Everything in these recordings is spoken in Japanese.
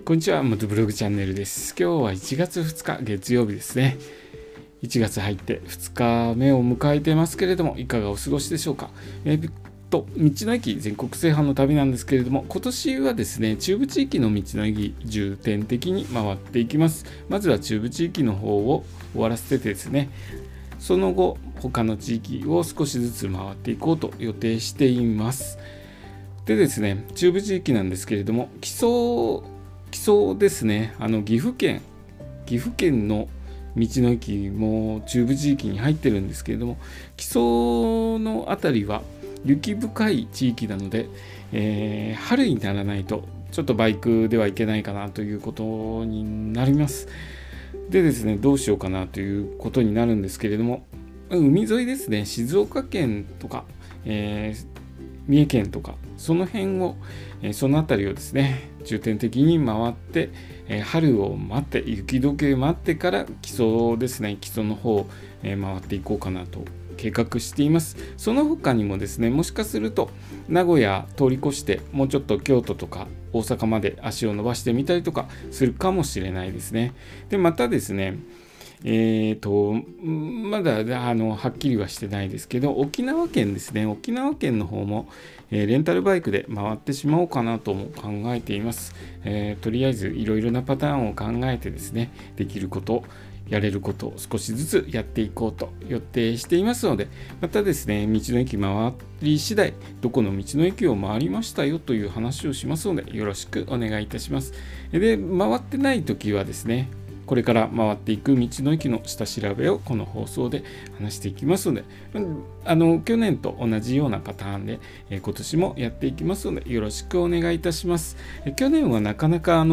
こんにちは、元ブログチャンネルです。今日は1月2日月曜日ですね。1月入って2日目を迎えてますけれども、いかがお過ごしでしょうか。道の駅全国制覇の旅なんですけれども、今年はですね、中部地域の道の駅重点的に回っていきます。まずは中部地域の方を終わらせてですね、その後、他の地域を少しずつ回っていこうと予定しています。でですね、中部地域なんですけれども、基礎ですね、岐阜県の道の駅も中部地域に入ってるんですけれども、木曽のあたりは雪深い地域なので、春にならないとちょっとバイクではいけないかなということになります。でですね、どうしようかなということになるんですけれども、海沿いですね、静岡県とか、三重県とかその辺を、その辺りをですね重点的に回って、春を待って雪解け待ってから木曽ですね、木曽の方を、回っていこうかなと計画しています。その他にもですね、もしかすると名古屋通り越してもうちょっと京都とか大阪まで足を伸ばしてみたりとかするかもしれないですね。でまたですね、まだはっきりはしてないですけど、沖縄県ですね、沖縄県の方も、レンタルバイクで回ってしまおうかなとも考えています。とりあえずいろいろなパターンを考えてですね、できることやれることを少しずつやっていこうと予定していますので、またですね、道の駅回り次第どこの道の駅を回りましたよという話をしますので、よろしくお願いいたします。で回ってない時はですね、これから回っていく道の駅の下調べをこの放送で話していきますので、去年と同じようなパターンで、今年もやっていきますので、よろしくお願いいたします。去年はなかなか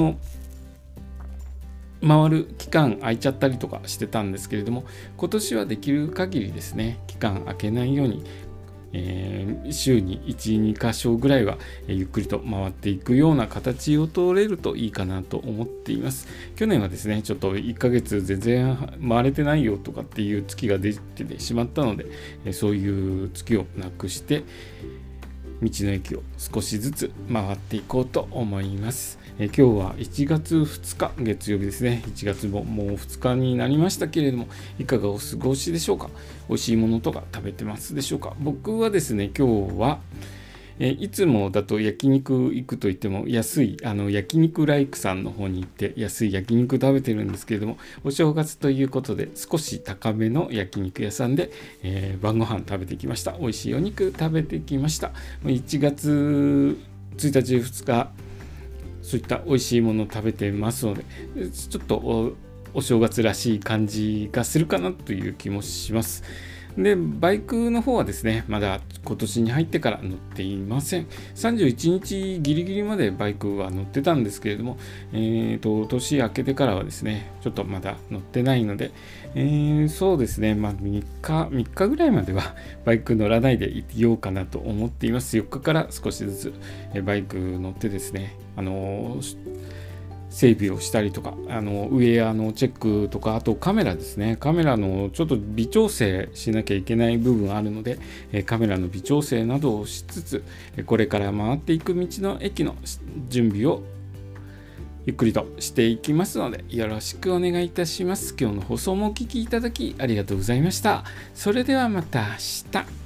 回る期間空いちゃったりとかしてたんですけれども、今年はできる限りですね、期間空けないように週に 1,2 箇所ぐらいはゆっくりと回っていくような形を取れるといいかなと思っています。去年はですね、ちょっと1ヶ月全然回れてないよとかっていう月が出てしまったので、そういう月をなくして道の駅を少しずつ回っていこうと思います。今日は1月2日月曜日ですね。1月ももう2日になりましたけれども、いかがお過ごしでしょうか。美味しいものとか食べてますでしょうか。僕はですね、今日はいつもだと焼肉行くといっても安い焼肉ライクさんの方に行って安い焼肉食べてるんですけれども、お正月ということで少し高めの焼肉屋さんで、晩ご飯食べてきました。美味しいお肉食べてきました。1月1日2日そういった美味しいものを食べてますので、ちょっとお正月らしい感じがするかなという気もします。でバイクの方はですね、まだ今年に入ってから乗っていません。31日ギリギリまでバイクは乗ってたんですけれども、年明けてからはですね、ちょっとまだ乗ってないので、そうですね、3日ぐらいまではバイク乗らないでいようかなと思っています。4日から少しずつバイク乗ってですね、整備をしたりとか、ウェアのチェックとか、あとカメラですね、カメラのちょっと微調整しなきゃいけない部分あるので、カメラの微調整などをしつつ、これから回っていく道の駅の準備をゆっくりとしていきますので、よろしくお願いいたします。今日の放送もお聞きいただきありがとうございました。それではまた明日。